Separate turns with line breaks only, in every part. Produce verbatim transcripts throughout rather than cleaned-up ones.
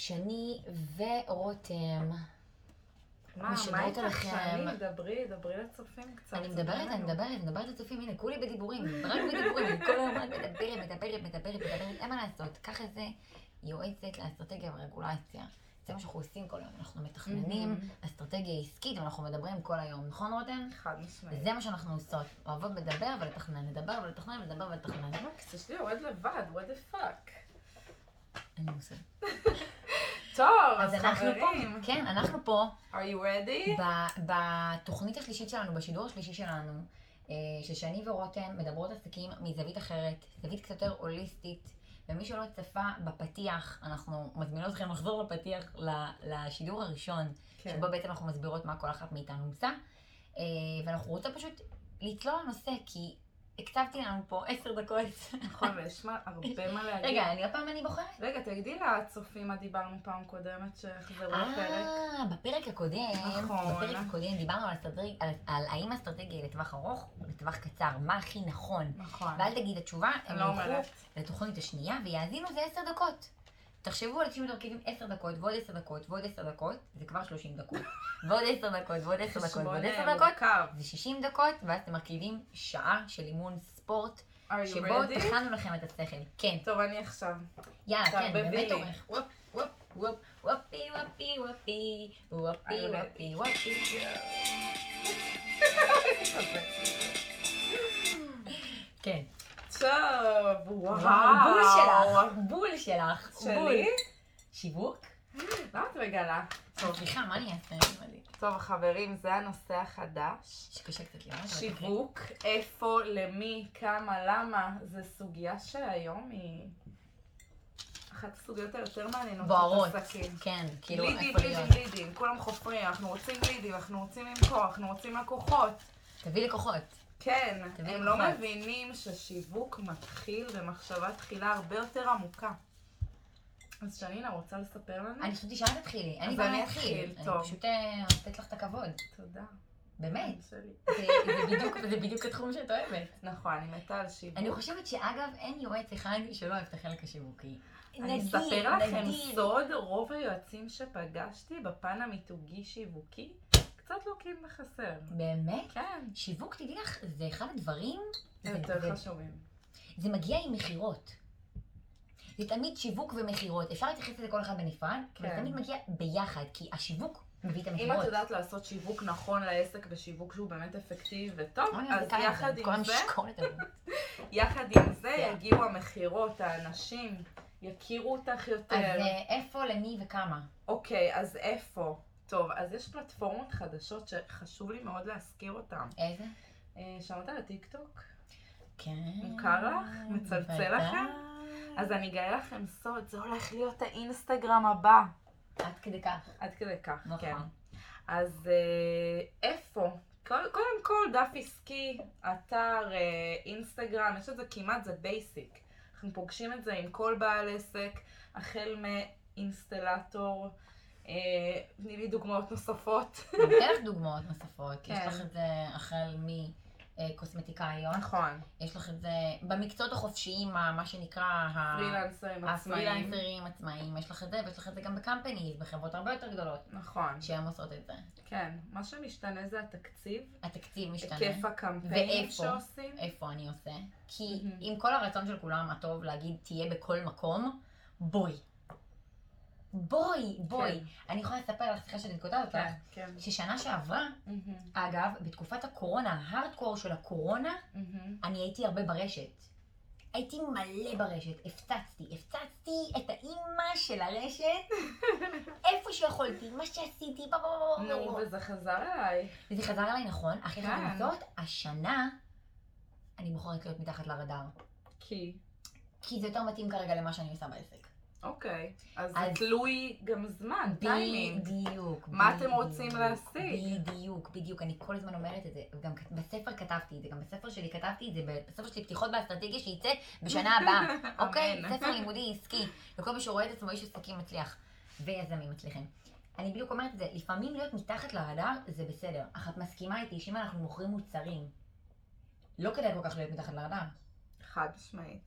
שני ורותם.
מה, מה איתך שני? דברי, דברי לצופים קצת.
אני מדברת, אני מדברת, אני מדברת לצופים, הנה, כולי בדיבורים, רק בדיבורים, אני כל היום מדברת, מדברת, מדברת, מדברת, אין מה לעשות, ככה זה יועצת לאסטרטגיה ורגולציה. זה מה שאנחנו עושים כל היום, אנחנו מתכננים אסטרטגיה עסקית, ואנחנו מדברים כל היום, נכון רותם?
חד משמעית.
זה מה שאנחנו עושות, אוהבות לדבר ולתכנן, לדבר ולתכנן, לדבר ולתכנן.
לא, כי שלי יורד לבד, what the fuck.
אני מוסד.
טוב,
אז
אז
אנחנו פה,
חברים.
כן, אנחנו פה.
are you ready?
ב- בתוכנית השלישית שלנו, בשידור השלישי שלנו, אה, ששני ורותם מדברות עסקים מזווית אחרת, זווית קצת יותר הוליסטית, ומי שלא צפה בפתיח, אנחנו מזמינות אתכם לחזור לפתיח ל- לשידור הראשון,
כן.
שבו בעצם אנחנו מסבירות מה כל אחת מאיתנו עושה, אה, ואנחנו רוצות פשוט לצלול לנושא, כי הקצבתי לנו פה עשר דקות.
נכון, ויש מה- הרבה מה להגיד.
רגע, אני הפעם אני בוחרת?
רגע, תגידי לצופים מה דיברנו פעם קודמת שהחזרו לפרק.
אה, בפרק הקודם,
נכון.
בפרק הקודם דיברנו על, אסטרטג... על, על האם האסטרטגיה היא לטווח ארוך או לטווח קצר, מה הכי נכון.
נכון.
ואל תגיד התשובה, הם
לא אומרת.
ילכו לתוכנית השנייה ויאזינו זה עשר דקות. תחשבו על אנשים מרכיבים עשר דקות ועוד עשר דקות ועוד עשר דקות, זה כבר שלושים דקות. ועוד עשר דקות ועוד עשר דקות ועוד עשר דקות,
מורכב.
זה שישים דקות, ואז אתם מרכיבים שעה של אימון ספורט,
are you
שבו
ready?
תכנו לכם את השכל. כן.
טוב, אני עכשיו.
יאללה, כן,
תערבבי
באמת
לי.
עורך. וופ, וופ, וופ, וופי, וופי, וופי, וופי,
אני
וופי, וופי. כן.
טוב, וואו.
בול שלך, בול שלך. בול.
שלי?
שיווק?
למה את מגלה? טוב,
סליחה, מה אני אעשה?
טוב, חברים, זה הנושא החדש.
שקשה קצת לראות.
שיווק, איפה, למי, כמה, למה, זו סוגיה שהיום היא אחת הסוגיות היותר מעניינות.
בוערות.
עסקים.
כן, כאילו
לידים,
איפה להיות.
לידים, לידים, כולם חופרים, אנחנו רוצים לידים, אנחנו רוצים למכור, אנחנו רוצים לקוחות.
תביא לקוחות.
כן,
תביא
הם לא
לקוחות.
מבינים ששיווק מתחיל במחשבה תחילה הרבה יותר עמוקה. אז שנינה, רוצה לספר לנו?
אני חושבת שאת תתחילי, אין לי
אז
בעיה
אני
להתחיל.
אתחיל, טוב.
אני פשוט אה, נותנת לך את הכבוד.
תודה.
באמת.
שלי.
זה זה בדיוק- זה בדיוק התחום שאת אוהבת.
נכון, אני מתה על שיווק.
אני חושבת שאגב, אין יועץ אחד שלא אוהב את החלק השיווקי.
אני
נדיר,
אספר לכם
נדיר.
סוד, רוב היועצים שפגשתי בפן המיתוגי שיווקי, קצת לוקים בחסר.
באמת?
כן,
שיווק, תדעי לך, זה אחד הדברים, זה-
יותר
זה-
חשובים.
זה מגיע עם מחירות. זה תמיד שיווק ומחירות. אפשר להתייחס לזה כל אחד בנפרד, אבל זה
כן.
תמיד מגיע ביחד, כי השיווק מביא את
אם
המחירות.
את יודעת לעשות שיווק נכון לעסק ושיווק שהוא באמת אפקטיבי וטוב,
אני
אז
מחזיקה את זה,
יחד
את כל
עם זה,
המשקולת הזאת.
יחד עם זה
כן.
יגיעו המחירות, האנשים, יכירו אותך
אז
יותר.
אה, איפה, למי וכמה?
אוקיי, אז איפה? טוב, אז יש פלטפורמות חדשות שחשוב לי מאוד להזכיר אותן.
איזה?
אה, שמעת על הטיקטוק?
כן.
מוכר לך? מצלצל
בוודאי.
לכם? אז אני אגלה לכם סוד, זה הולך להיות האינסטגרם הבא.
עד כדי כך.
עד כדי כך,
נכון.
כן. אז אה, איפה? קודם כל, כל דף עסקי, אתר, אה, אינסטגרם, יש את זה כמעט, זה בייסיק. אנחנו פוגשים את זה עם כל בעל עסק, החל מאינסטלטור, אה, תני לי דוגמאות נוספות.
אני אתן לך דוגמאות נוספות.
כן.
יש לך את זה החל מקוסמטיקאיות.
נכון.
יש לך את זה במקצועות החופשיים, ה- מה שנקרא ה-
פרילנסרים עצמאיים.
הפרילנסרים עצמאיים. יש לך את זה, ויש לך את זה גם בקמפניז, בחברות הרבה יותר גדולות,
נכון.
שהן עושות את זה.
כן. מה שמשתנה זה התקציב,
התקציב משתנה.
היקף הקמפיינים
ואיפה?
שעושים.
איפה אני עושה? כי
מהמם.
עם כל הרצון של כולם הטוב להגיד תהיה בכל מקום, בואי. בואי, בואי.
כן.
אני יכולה לספר לך, סליחה שאני קוטעת אותך,
כן, כן.
ששנה שעברה,
מהמם,
אגב, בתקופת הקורונה, ההארדקור של הקורונה,
מהמם.
אני הייתי הרבה ברשת. הייתי מלא ברשת, הפצצתי, הפצצתי את האימא של הרשת, איפה שיכולתי, מה שעשיתי, בוא בוא בוא בוא.
נו, וזה חזר אליי.
וזה חזר אליי נכון, אך יחד עם
כן.
זאת, השנה אני בוחרת להיות מתחת לרדאר.
כי,
כי זה יותר מתאים כרגע למה שאני עושה בעסק.
אוקיי, אז
אז-
זה תלוי גם זמן, טיימינג.
בדיוק.
מה אתם
בדיוק,
רוצים להשיג?
בדיוק, בדיוק. אני כל הזמן אומרת את זה. גם בספר כתבתי את זה, גם בספר שלי כתבתי את זה, בספר שלי פתיחות באסטרטגיה שייצא בשנה הבאה. אוקיי?
אמן.
ספר לימודי עסקי. לכל מי שרואה את עצמו איש עסקים מצליח. ויזמים מצליחים. אני בדיוק אומרת את זה, לפעמים להיות מתחת לרדאר זה בסדר. אך את מסכימה איתי שאם אנחנו מוכרים מוצרים, לא כדאי כל כך להיות מתחת לרדאר.
חד משמעית.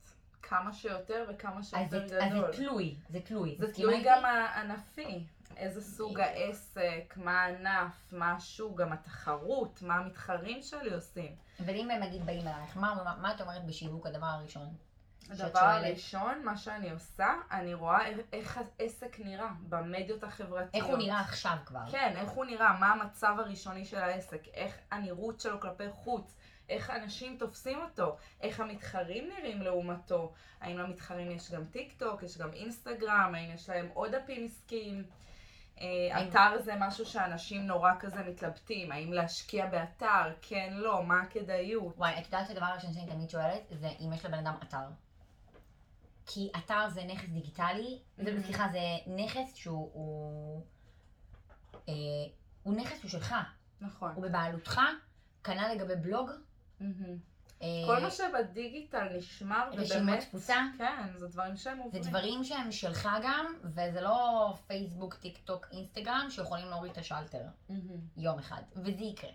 כמה שיותר וכמה
אז
שיותר
זה- אז
גדול.
זה תלוי, זה תלוי.
זה
מסכימה
תלוי
איתי?
גם הענפי. איזה סוג העסק, מה הענף, מה השוק, גם התחרות, מה המתחרים שלי עושים.
אבל אם הם נגיד באים אלייך, מה, מה, מה את אומרת בשיווק הדבר הראשון?
הדבר הראשון, מה שאני עושה, אני רואה איך, איך העסק נראה במדיות החברתיות.
איך הוא נראה עכשיו כבר?
כן, איך הוא נראה, מה המצב הראשוני של העסק, איך הנראות שלו כלפי חוץ, איך אנשים תופסים אותו, איך המתחרים נראים לעומתו, האם למתחרים יש גם טיק טוק, יש גם אינסטגרם, האם יש להם עוד דפים עסקיים. אתר זה משהו שאנשים נורא כזה מתלבטים, האם להשקיע באתר, כן, לא, מה הכדאיות.
וואי, את יודעת שהדבר הראשון שאני תמיד שואלת, זה אם יש לבן אדם אתר. כי אתר זה נכס דיגיטלי, זה, סליחה, זה נכס שהוא, הוא, אה, הוא נכס שהוא שלך,
נכון.
הוא בבעלותך, כנ"ל לגבי בלוג. אה,
כל מה שבדיגיטל נשמר,
רשימות
ובאמת,
תפוצה.
כן, זה דברים שהם
זה
עוברים.
דברים שהם שלך גם, וזה לא פייסבוק, טיק טוק, אינסטגרם, שיכולים להוריד את השלטר יום אחד, וזה יקרה.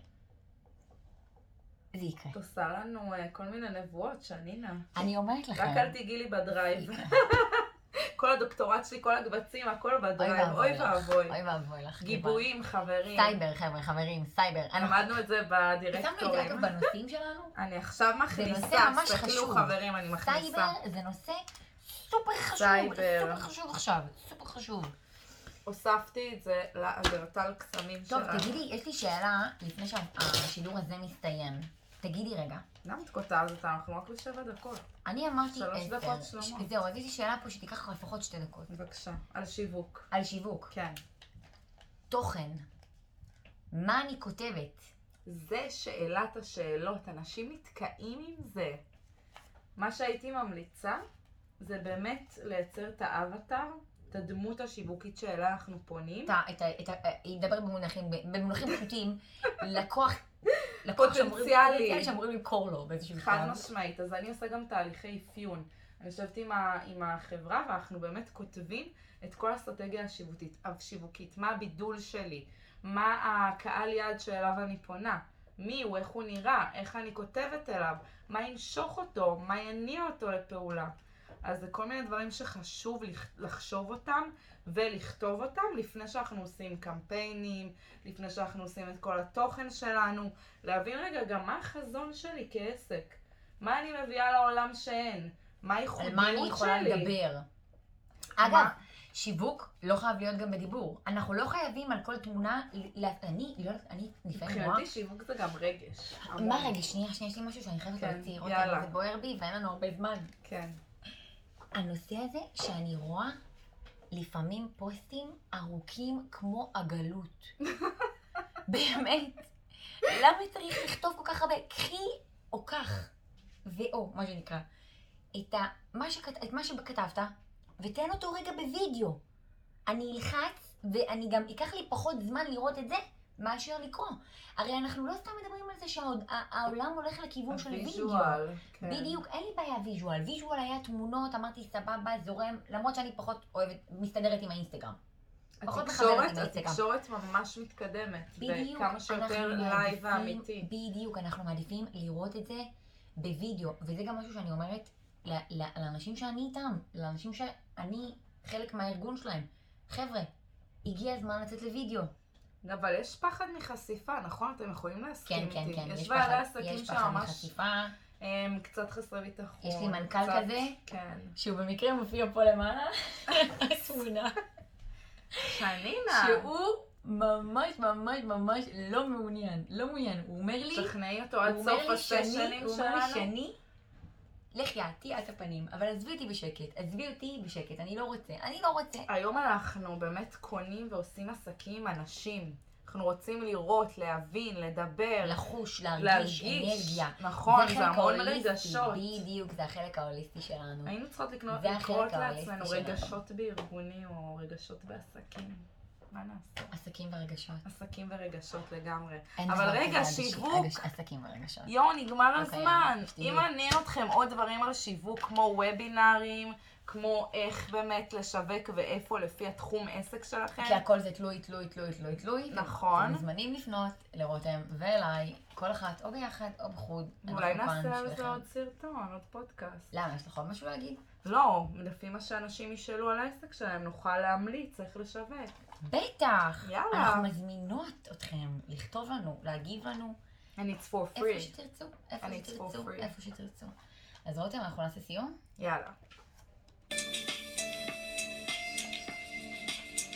זה יקרה.
את עושה לנו uh, כל מיני נבואות, שנינה.
אני אומרת לכם.
רק אל תיגעי לי בדרייב. כל הדוקטורט שלי, כל הקבצים, הכל בדרייב.
ואבוי
אוי
לך.
ואבוי.
אוי ואבוי לך.
גיבויים, חברים.
סייבר, חבר'ה, חברים, סייבר.
למדנו את זה
שמנו את זה
בדירקטורים.
אגב בנושאים שלנו.
אני עכשיו
זה
מכניסה,
נושא ממש
תסתכלו
חשוב.
חברים, אני מכניסה.
סייבר זה נושא סופר חשוב.
סייבר.
סופר חשוב עכשיו. סופר חשוב.
הוספתי את זה לאגרטל קסמים
טוב,
שלנו.
תגידי, יש לי שאלה לפני שהשידור הזה מסתיים. תגידי רגע.
למה את קוטעת אותה? אנחנו רק בשבע דקות.
אני אמרתי
שלוש
עשר.
דקות שלמה.
זהו, אז יש לי שאלה פה שתיקח לפחות שתי דקות.
בבקשה. על שיווק.
על שיווק.
כן.
תוכן. מה אני כותבת?
זה שאלת השאלות. אנשים מתקעים עם זה. מה שהייתי ממליצה, זה באמת לייצר את האבטר, את הדמות השיווקית שאליה אנחנו פונים.
את ה... את ה... את ה... היא מדברת במונחים, במונחים פשוטים, לקוח... לקוח שאמורים-
פוטנציאלי.
שאמורים למכור לו באיזשהו
חד
שלב.
משמעית. אז אני עושה גם תהליכי אפיון. אני יושבת עם, ה, עם החברה ואנחנו באמת כותבים את כל האסטרטגיה השיווקית, השיווקית. מה הבידול שלי? מה הקהל יעד שאליו אני פונה? מי הוא? איך הוא נראה? איך אני כותבת אליו? מה ימשוך אותו? מה יניע אותו לפעולה? אז זה כל מיני דברים שחשוב לחשוב אותם ולכתוב אותם לפני שאנחנו עושים קמפיינים, לפני שאנחנו עושים את כל התוכן שלנו, להבין רגע גם מה החזון שלי כעסק, מה אני מביאה לעולם שאין, מה הייחודיות
על
שלי.
מה אני יכולה לדבר. אגב, שיווק לא חייב להיות גם בדיבור. אנחנו לא חייבים על כל תמונה, ל- אני, לא, אני לפעמים רואה.
מבחינתי שיווק זה גם רגש. המון.
מה רגע, שנייה, שנייה, יש לי משהו שאני חייבת
כן,
להוציא,
יאללה.
רותם, זה בוער בי ואין לנו הרבה זמן.
כן.
הנושא הזה שאני רואה לפעמים פוסטים ארוכים כמו עגלות. באמת. למה צריך לכתוב כל כך הרבה? קחי או כך, ואו, מה שנקרא. את, ה, מה שכת, את מה שכתבת, ותן אותו רגע בווידאו. אני אלחץ, ואני גם אקח לי פחות זמן לראות את זה, מאשר לקרוא. הרי אנחנו לא סתם מדברים על זה שהעולם הולך לכיוון של וידאו.
הוויז'ואל, כן.
בדיוק, אין לי בעיה ויז'ואל. ויז'ואל היה תמונות, אמרתי סבבה, זורם, למרות שאני פחות אוהבת, מסתדרת עם האינסטגרם. פחות מחברת
התקשורת,
עם האינסטגרם.
התקשורת ממש מתקדמת.
בדיוק,
וכמה שיותר
אנחנו
לייב
מעדיפים-
ואמיתי.
בדיוק, אנחנו מעדיפים לראות את זה בווידאו, וזה גם משהו שאני אומרת ל- ל- לאנשים שאני איתם, לאנשים שאני חלק מהארגון שלהם. חבר'ה, הגיע הזמן לצאת לווידאו.
אבל יש פחד מחשיפה, נכון? אתם יכולים להסכים
כן,
איתי.
כן, כן,
יש
יש
בעלי
פחד,
עסקים
יש פחד
שממש
מחשיפה.
הם קצת חסרי ביטחון.
יש לי מנכ"ל
קצת-
כזה.
כן.
שהוא במקרה מופיע פה למעלה, התמונה.
שנינה.
שהוא ממש ממש ממש לא מעוניין, לא מעוניין. הוא אומר לי,
שכנעי אותו עד
הוא
סוף
אומר לי שני,
הסשנים
הוא אומר לי
שלנו.
שני, לכי עטי את הפנים, אבל עזבי אותי בשקט, עזבי אותי בשקט, אני לא רוצה, אני לא רוצה.
היום אנחנו באמת קונים ועושים עסקים עם אנשים. אנחנו רוצים לראות, להבין, לדבר,
לחוש, להרגיש,
להרגיש.
אנרגיה.
נכון,
זה
זה
החלק
המון
ההוליסטי,
רגשות.
בדיוק, זה החלק ההוליסטי שלנו.
היינו צריכות לקנות,
זה החלק
לקרות
ההוליסטי
לעצמנו
שלנו.
רגשות בארגונים או רגשות בעסקים. מה נעשה?
עסקים ורגשות.
עסקים ורגשות לגמרי.
אין
אבל
דבר
רגע,
כזה
שיווק.
רגש- עסקים ורגשות.
יואו, נגמר
אוקיי,
הזמן.
שתדעי.
אם מעניין אתכם עוד דברים על שיווק כמו וובינארים, כמו איך באמת לשווק ואיפה לפי התחום עסק שלכם.
כי הכל זה תלוי, תלוי, תלוי, תלוי, תלוי.
נכון.
אתם מוזמנים לפנות לרותם ואליי, כל אחת או ביחד או בחוד.
אולי נעשה על זה עוד סרטון, עוד פודקאסט.
למה? יש לך עוד משהו להגיד?
לא, לפי מה שאנשים ישאלו על העסק שלהם, נוכל להמליץ איך לשווק.
בטח.
יאללה.
אנחנו מזמינות אתכם לכתוב לנו, להגיב לנו.
And it's for free.
איפה שתרצו, איפה
And it's for
שתרצו,
free.
איפה שתרצו. אז רותם, אנחנו נעשה סיום?
יאללה.